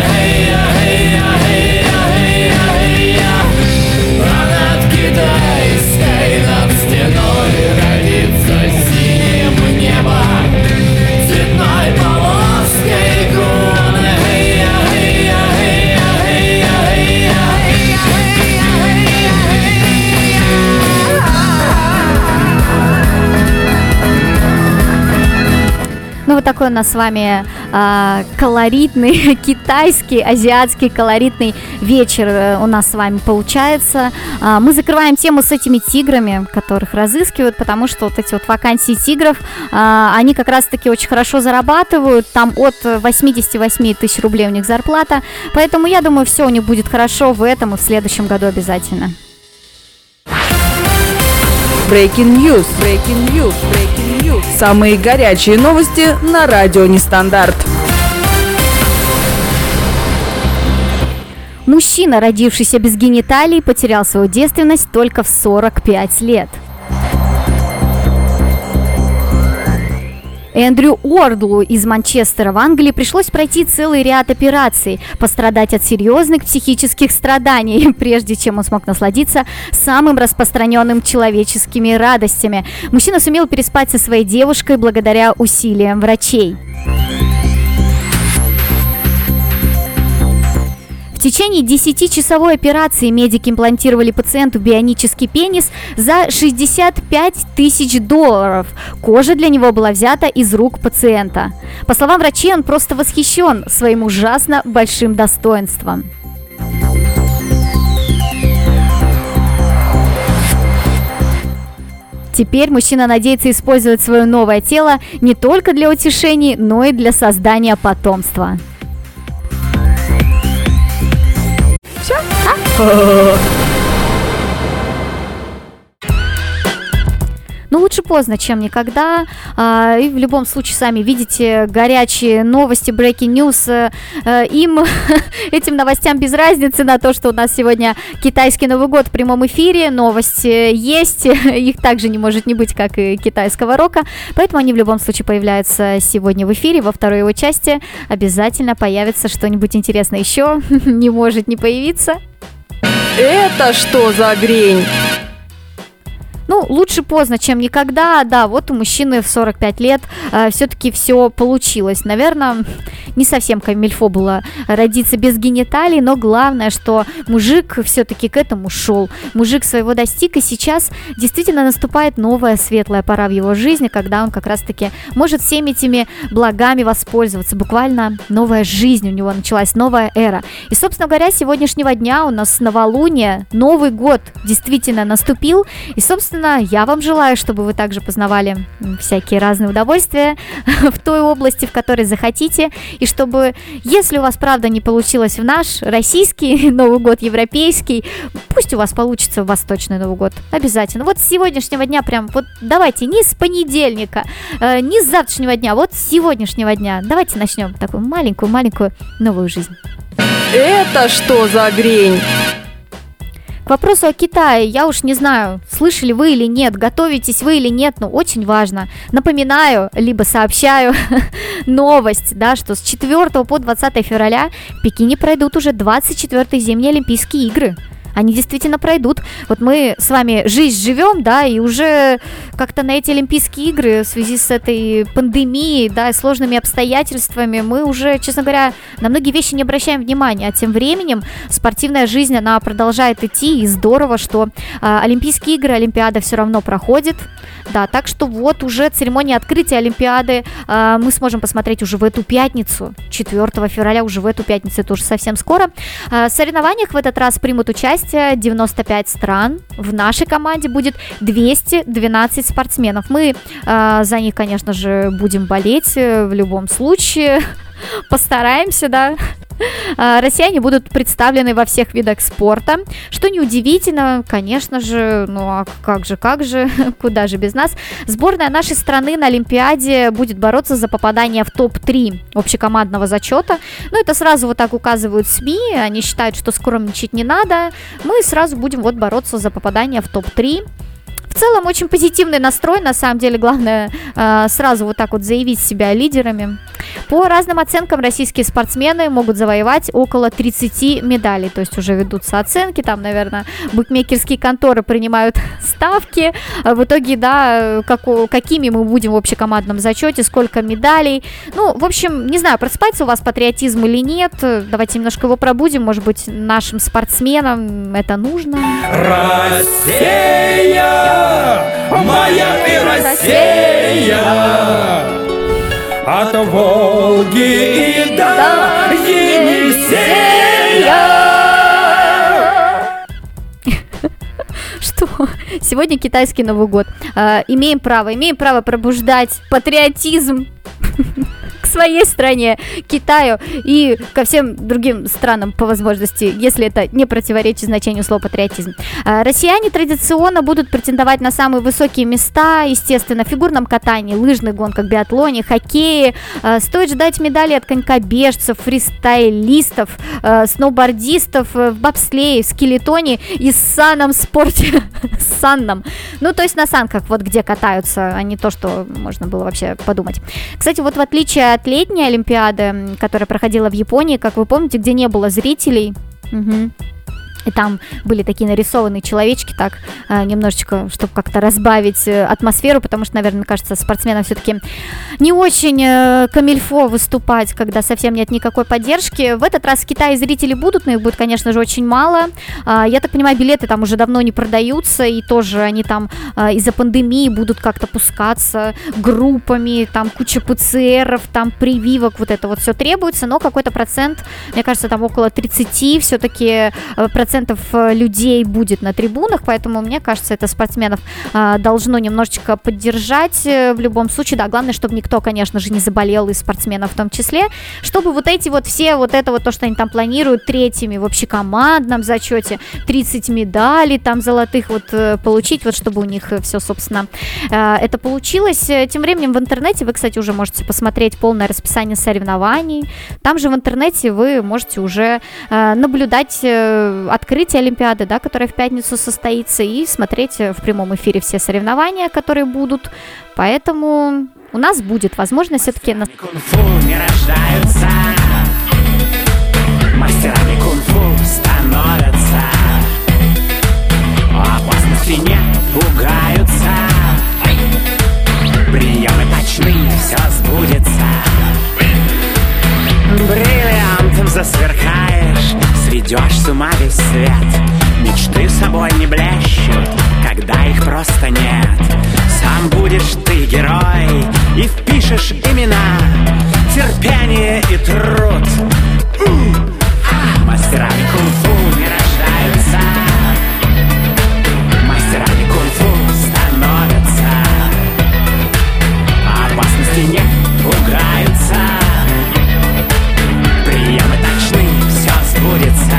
Speaker 9: Китайской, над стеной родится синим небо, цветной полоской крон.
Speaker 5: Ну, вот такой у нас с вами а, колоритный, китайский, азиатский колоритный вечер у нас с вами получается. А, мы закрываем тему с этими тиграми, которых разыскивают, потому что вот эти вот вакансии тигров, а, они как раз-таки очень хорошо зарабатывают, там от восемьдесят восемь тысяч рублей у них зарплата, поэтому я думаю, все у них будет хорошо в этом и в следующем году обязательно.
Speaker 10: Breaking News, Breaking News, Breaking News. Самые горячие новости на радио Нестандарт.
Speaker 5: Мужчина, родившийся без гениталий, потерял свою девственность только в сорок пять лет. Эндрю Уордлу из Манчестера в Англии пришлось пройти целый ряд операций, пострадать от серьезных психических страданий, прежде чем он смог насладиться самым распространенным человеческими радостями. Мужчина сумел переспать со своей девушкой благодаря усилиям врачей. В течение десятичасовой операции медики имплантировали пациенту бионический пенис за шестьдесят пять тысяч долларов. Кожа для него была взята из рук пациента. По словам врачей, он просто восхищен своим ужасно большим достоинством. Теперь мужчина надеется использовать свое новое тело не только для утешений, но и для создания потомства. Все? А? Ну, лучше поздно, чем никогда. А, и в любом случае, сами видите, горячие новости, breaking news. А, им, этим новостям без разницы на то, что у нас сегодня китайский Новый год в прямом эфире. Новости есть, их также не может не быть, как и китайского рока. Поэтому они в любом случае появляются сегодня в эфире. Во второй его части обязательно появится что-нибудь интересное еще. Не может не появиться.
Speaker 2: Это что за грень?
Speaker 5: Ну, лучше поздно, чем никогда. Да, вот у мужчины в сорок пять лет э, все-таки все получилось. Наверное, не совсем камильфо было родиться без гениталий, но главное, что мужик все-таки к этому шел. Мужик своего достиг, и сейчас действительно наступает новая светлая пора в его жизни, когда он как раз-таки может всеми этими благами воспользоваться. Буквально новая жизнь у него началась, новая эра. И, собственно говоря, с сегодняшнего дня у нас новолуние, Новый год действительно наступил. И, собственно, я вам желаю, чтобы вы также познавали всякие разные удовольствия в той области, в которой захотите, и чтобы, если у вас правда не получилось в наш российский Новый год, европейский, пусть у вас получится восточный Новый год, обязательно. Вот с сегодняшнего дня прям, вот давайте, не с понедельника, э, не с завтрашнего дня, вот с сегодняшнего дня, давайте начнем такую маленькую-маленькую новую жизнь.
Speaker 2: Это что за грень?
Speaker 5: К вопросу о Китае, я уж не знаю, слышали вы или нет, готовитесь вы или нет, но очень важно. Напоминаю, либо сообщаю новость, да, что с четвёртого по двадцатое февраля в Пекине пройдут уже двадцать четвёртые зимние Олимпийские игры. Они действительно пройдут. Вот мы с вами жизнь живем, да, и уже как-то на эти Олимпийские игры в связи с этой пандемией, да, и сложными обстоятельствами мы уже, честно говоря, на многие вещи не обращаем внимания. А тем временем спортивная жизнь, она продолжает идти, и здорово, что а, Олимпийские игры, Олимпиада все равно проходит. Да, так что вот уже церемония открытия Олимпиады а, мы сможем посмотреть уже в эту пятницу, четвёртого февраля, уже в эту пятницу, это уже совсем скоро. А, в соревнованиях в этот раз примут участие девяносто пять стран. В нашей команде будет двести двенадцать спортсменов. Мы э, за них, конечно же, будем болеть в любом случае. Постараемся, да. Россияне будут представлены во всех видах спорта, что неудивительно, конечно же, ну а как же, как же, куда же без нас. Сборная нашей страны на Олимпиаде будет бороться за попадание в топ три общекомандного зачета. Ну, это сразу вот так указывают СМИ, они считают, что скромничать не надо. Мы сразу будем вот бороться за попадание в топ три. В целом очень позитивный настрой, на самом деле, главное э, сразу вот так вот заявить себя лидерами. По разным оценкам российские спортсмены могут завоевать около тридцать медалей, то есть уже ведутся оценки, там, наверное, букмекерские конторы принимают ставки, в итоге, да, как, какими мы будем в общекомандном зачете, сколько медалей, ну, в общем, не знаю, просыпается у вас патриотизм или нет, давайте немножко его пробудим, может быть, нашим спортсменам это нужно.
Speaker 6: Россия! Моя ты Россия, от Волги и до Енисея.
Speaker 5: Что? Сегодня китайский Новый год. А, имеем право, имеем право пробуждать патриотизм к своей стране, Китаю и ко всем другим странам по возможности, если это не противоречит значению слова патриотизм. А, россияне традиционно будут претендовать на самые высокие места, естественно, в фигурном катании, лыжных гонках, биатлоне, хоккее. А, стоит ждать медали от конькобежцев, фристайлистов, а, сноубордистов, в бобслее, в скелетоне и санном спорте. Санном. Ну, то есть на санках, вот где катаются, а не то, что можно было вообще подумать. Кстати, вот в отличие от летней Олимпиады, которая проходила в Японии, как вы помните, где не было зрителей, угу. И там были такие нарисованные человечки, так, немножечко, чтобы как-то разбавить атмосферу, потому что, наверное, мне кажется, спортсменам все-таки не очень камильфо выступать, когда совсем нет никакой поддержки. В этот раз в Китае зрители будут, но их будет, конечно же, очень мало. Я так понимаю, билеты там уже давно не продаются, и тоже они там из-за пандемии будут как-то пускаться группами, там куча ПЦРов, там прививок, вот это вот все требуется, но какой-то процент, мне кажется, там около тридцать все-таки процентов процентов людей будет на трибунах, поэтому, мне кажется, это спортсменов э, должно немножечко поддержать э, в любом случае. Да, главное, чтобы никто, конечно же, не заболел, из спортсменов в том числе, чтобы вот эти вот все, вот это вот то, что они там планируют, третьими в общекомандном зачете, тридцать медалей там золотых вот э, получить, вот чтобы у них все, собственно, э, это получилось. Тем временем в интернете вы, кстати, уже можете посмотреть полное расписание соревнований. Там же в интернете вы можете уже э, наблюдать э, открытие Олимпиады, да, которая в пятницу состоится, и смотреть в прямом эфире все соревнования, которые будут. Поэтому у нас будет возможность все-таки...
Speaker 11: Кунг-фу не рождаются, мастерами кунг-фу становятся, опасности не пугаются, приемы точны, все сбудется. Бриллиантом засверкаешь, сведешь с ума весь свет. Мечты собой не блещут, когда их просто нет. Сам будешь ты герой и впишешь имена, терпение и труд. Мастерами кунг-фу не рождаются, мастерами кунг-фу становятся, опасности не пугаются, приемы точны, все сбудется.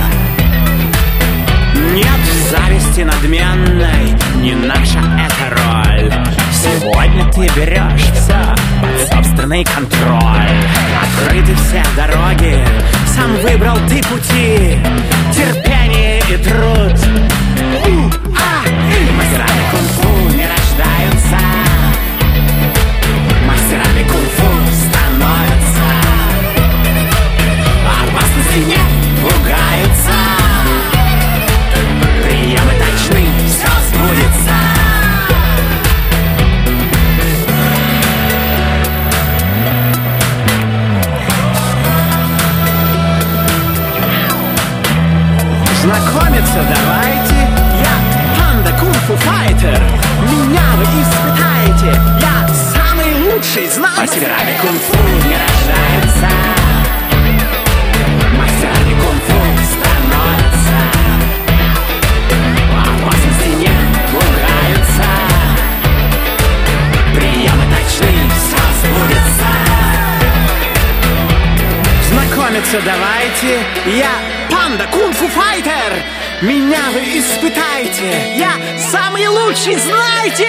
Speaker 11: Нет зависти надменной, не наша эта роль. Сегодня ты берешь все под собственный контроль. Открыты все дороги, сам выбрал ты пути, терпение и труд. Мастерами кунг-фу не рождаются, мастерами кунг-фу становятся, опасности не пугаются, приемы точны, все сбудется. Знакомиться давайте, я панда кунг-фу файтер, меня вы испытаете, я самый лучший, знаете. Мастерами кунг-фу не рождаются, мастерами кунг-фу становятся, опасности не пугаются, приемы точны, все сбудется. Знакомиться давайте, я панда кунг-фу файтер, меня вы испытаете, я самый лучший, знаете.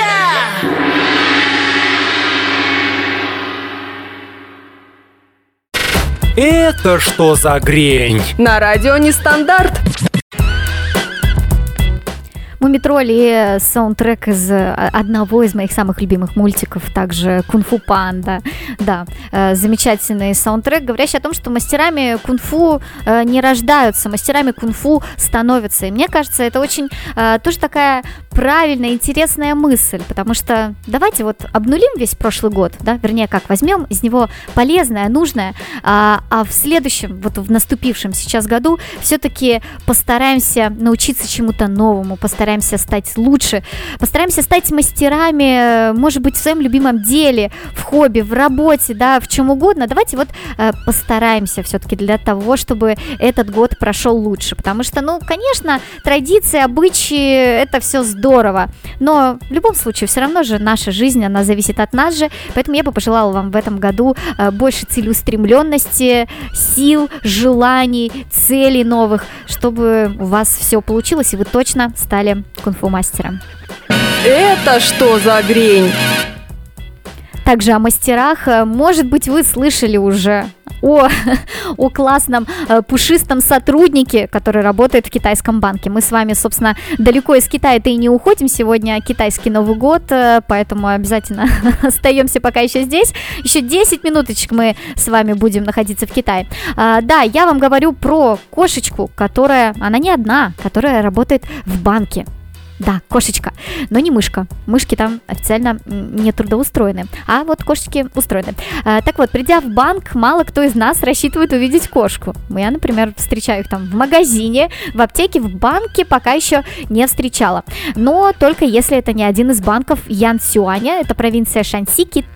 Speaker 1: Это что за грень?
Speaker 2: На радио Нестандарт.
Speaker 5: Мумитролли — саундтрек из одного из моих самых любимых мультиков, также Кунг-фу Панда. Да, замечательный саундтрек, говорящий о том, что мастерами кунг-фу не рождаются, мастерами кунг-фу становятся. И мне кажется, это очень тоже такая правильная, интересная мысль, потому что давайте вот обнулим весь прошлый год, да, вернее как, возьмем из него полезное, нужное, а, а в следующем, вот в наступившем сейчас году все-таки постараемся научиться чему-то новому, постараемся стать лучше, постараемся стать мастерами, может быть, в своем любимом деле, в хобби, в работе, да, в чем угодно. Давайте вот э, постараемся все-таки для того, чтобы этот год прошел лучше, потому что, ну, конечно, традиции, обычаи, это все здорово, но в любом случае все равно же наша жизнь, она зависит от нас же, поэтому я бы пожелала вам в этом году э, больше целеустремленности, сил, желаний, целей новых, чтобы у вас все получилось и вы точно стали кунг-фу мастером.
Speaker 2: Это что за грень?
Speaker 5: Также о мастерах, может быть, вы слышали уже о, о классном пушистом сотруднике, который работает в китайском банке. Мы с вами, собственно, далеко из Китая-то и не уходим. Сегодня китайский Новый год, поэтому обязательно остаемся пока еще здесь. Еще десять минуточек мы с вами будем находиться в Китае. А, да, я вам говорю про кошечку, которая, она не одна, которая работает в банке. Да, кошечка, но не мышка. Мышки там официально не трудоустроены, а вот кошечки устроены. А, так вот, придя в банк, мало кто из нас рассчитывает увидеть кошку. Я, например, встречаю их там в магазине, в аптеке, в банке пока еще не встречала. Но только если это не один из банков Янцюаня, это провинция Шаньси, Китай.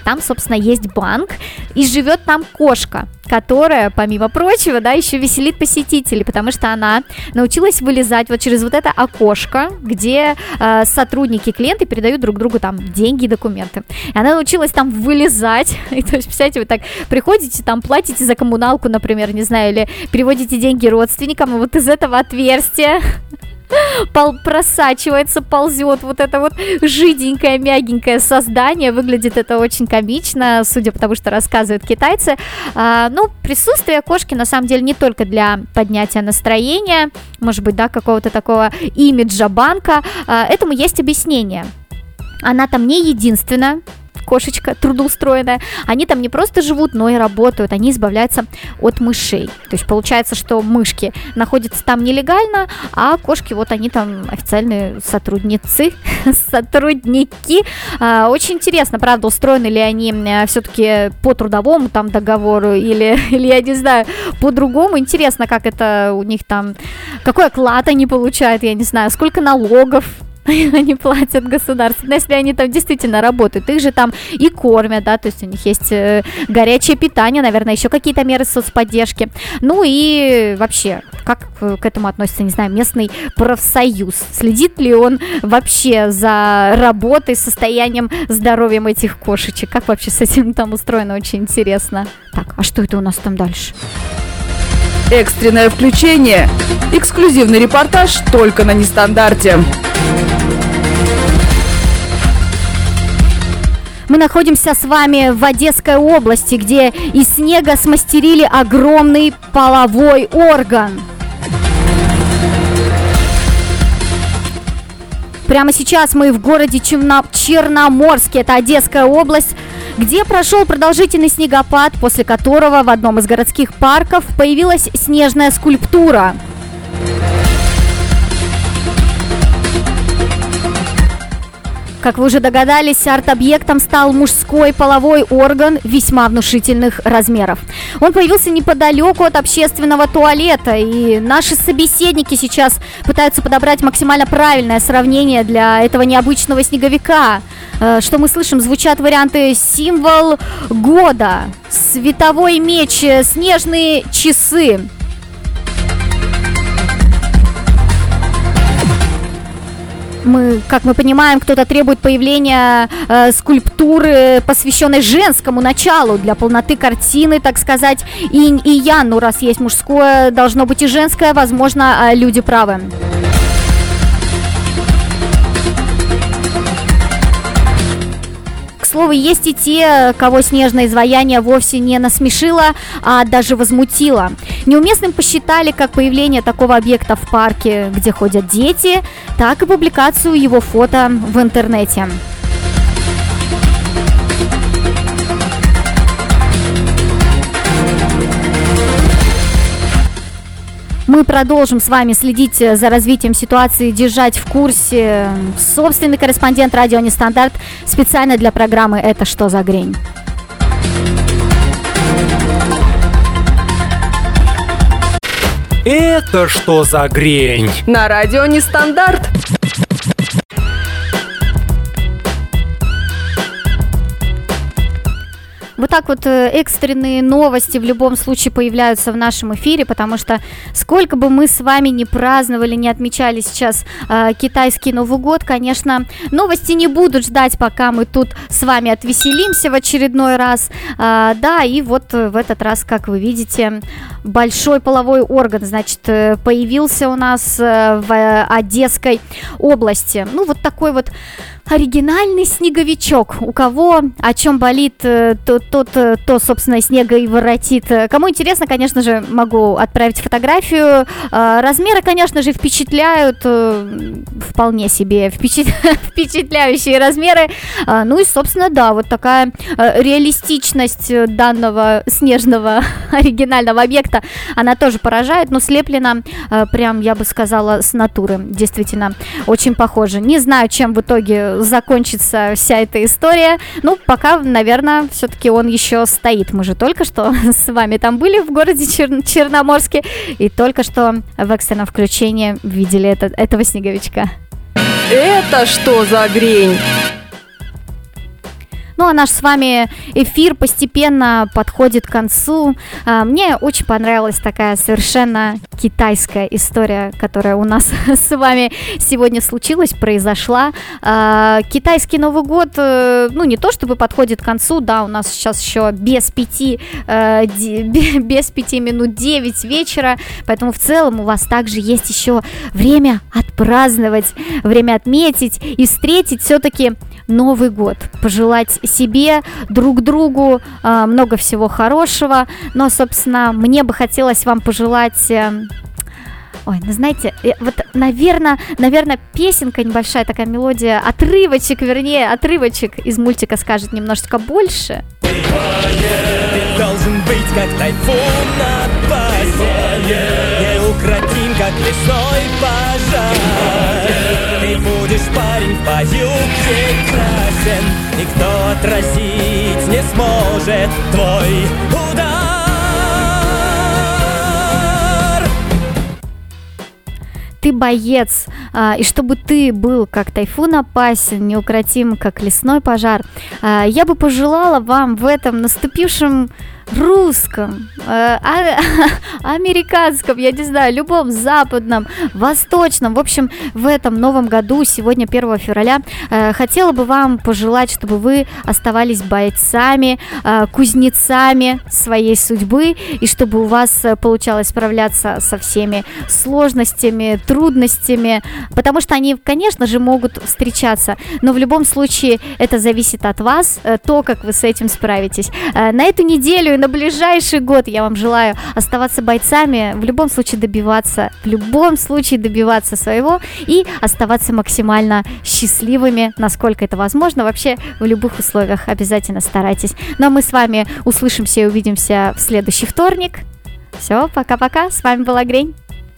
Speaker 5: Там, собственно, есть банк, и живет там кошка, которая, помимо прочего, да, еще веселит посетителей, потому что она научилась вылезать вот через вот это окошко, где э, сотрудники, клиенты передают друг другу там деньги и документы. И она научилась там вылезать. И, то есть, представляете, вы так приходите, там платите за коммуналку, например, не знаю, или переводите деньги родственникам, и вот из этого отверстия Пол, просачивается, ползет вот это вот жиденькое, мягенькое создание. Выглядит это очень комично, судя по тому, что рассказывают китайцы. а, Ну, присутствие кошки, на самом деле, не только для поднятия настроения, может быть, да, какого-то такого имиджа банка. а, Этому есть объяснение. Она там не единственная кошечка трудоустроенная. Они там не просто живут, но и работают. Они избавляются от мышей. То есть получается, что мышки находятся там нелегально, а кошки, вот они там официальные сотрудницы, сотрудники. А, очень интересно, правда, устроены ли они все-таки по трудовому там договору или, или, я не знаю, по-другому. Интересно, как это у них там, какой оклад они получают, я не знаю, сколько налогов они платят государству. Но если они там действительно работают, их же там и кормят, да, то есть у них есть э, горячее питание, наверное, еще какие-то меры соцподдержки. Ну и вообще, как к этому относится, не знаю, местный профсоюз? Следит ли он вообще за работой, состоянием, здоровьем этих кошечек? Как вообще с этим там устроено? Очень интересно. Так, а что это у нас там дальше?
Speaker 10: Экстренное включение. Эксклюзивный репортаж только на Нестандарте.
Speaker 5: Мы находимся с вами в Одесской области, где из снега смастерили огромный половой орган. Прямо сейчас мы в городе Черно- Черноморске, это Одесская область, где прошел продолжительный снегопад, после которого в одном из городских парков появилась снежная скульптура. Как вы уже догадались, арт-объектом стал мужской половой орган весьма внушительных размеров. Он появился неподалеку от общественного туалета, и наши собеседники сейчас пытаются подобрать максимально правильное сравнение для этого необычного снеговика. Что мы слышим? Звучат варианты: символ года, световой меч, снежные часы. Мы, как мы понимаем, кто-то требует появления э, скульптуры, посвященной женскому началу, для полноты картины, так сказать, инь и ян. Ну, раз есть мужское, должно быть и женское, возможно, э, люди правы. К слову, есть и те, кого снежное изваяние вовсе не насмешило, а даже возмутило. Неуместным посчитали как появление такого объекта в парке, где ходят дети, так и публикацию его фото в интернете. Мы продолжим с вами следить за развитием ситуации, держать в курсе. Собственный корреспондент радио Нестандарт специально для программы «Это что за грень?».
Speaker 1: Это что за грень?
Speaker 2: На радио Нестандарт.
Speaker 5: Вот так вот экстренные новости в любом случае появляются в нашем эфире, потому что сколько бы мы с вами ни праздновали, не отмечали сейчас э, китайский Новый год, конечно, новости не будут ждать, пока мы тут с вами отвеселимся в очередной раз. Э, да, и вот в этот раз, как вы видите, большой половой орган, значит, появился у нас в Одесской области. Ну, вот такой вот оригинальный снеговичок. У кого о чем болит, тот, тот, то, собственно, снега и воротит. Кому интересно, конечно же, могу отправить фотографию. Размеры, конечно же, впечатляют. Вполне себе впечат... впечатляющие размеры. Ну и, собственно, да, вот такая реалистичность данного снежного оригинального объекта, она тоже поражает, но слеплена прям, я бы сказала, с натуры. Действительно, очень похоже. Не знаю, чем в итоге закончится вся эта история. Ну, пока, наверное, все-таки он еще стоит. Мы же только что с вами там были в городе Чер- Черноморске и только что в экстренном включении видели это, этого снеговичка.
Speaker 2: Это что за грень?
Speaker 5: Ну а наш с вами эфир постепенно подходит к концу. Мне очень понравилась такая совершенно китайская история, которая у нас с вами сегодня случилась, произошла. Китайский Новый год, ну не то чтобы подходит к концу, да, у нас сейчас еще без пяти, без пяти минут девять вечера, поэтому в целом у вас также есть еще время отпраздновать, время отметить и встретить все-таки Новый год, пожелать себе, друг другу э, много всего хорошего. Но, собственно, мне бы хотелось вам пожелать... Э, ой, ну знаете, э, вот, наверное, наверное, песенка небольшая, такая мелодия, отрывочек, вернее, отрывочек из мультика скажет немножечко больше.
Speaker 12: Ты должен быть как тайфун над пасек, неукротим, как лесной пожар. Ты будешь, парень, в бою прекрасен, никто отразить не сможет твой удар.
Speaker 5: Ты боец, и чтобы ты был как тайфун опасен, неукротим, как лесной пожар. Я бы пожелала вам в этом наступившем русском, э, а, американском, я не знаю, любом западном, восточном, в общем, в этом новом году, сегодня первого февраля, э, хотела бы вам пожелать, чтобы вы оставались бойцами, э, кузнецами своей судьбы, и чтобы у вас получалось справляться со всеми сложностями, трудностями, потому что они, конечно же, могут встречаться, но в любом случае это зависит от вас, э, то, как вы с этим справитесь. Э, на эту неделю и на ближайший год я вам желаю оставаться бойцами, в любом случае добиваться, в любом случае добиваться своего и оставаться максимально счастливыми, насколько это возможно. Вообще в любых условиях обязательно старайтесь. Ну а мы с вами услышимся и увидимся в следующий вторник. Все, пока-пока. С вами была Грень.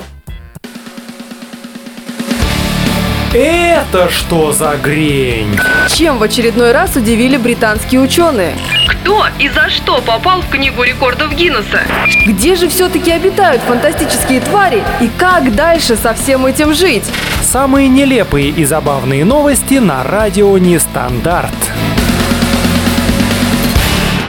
Speaker 1: Это что за грень?
Speaker 2: Чем в очередной раз удивили британские ученые?
Speaker 3: Кто и за что попал в Книгу рекордов Гиннесса?
Speaker 2: Где же все-таки обитают фантастические твари и как дальше со всем этим жить?
Speaker 1: Самые нелепые и забавные новости на радио Нестандарт.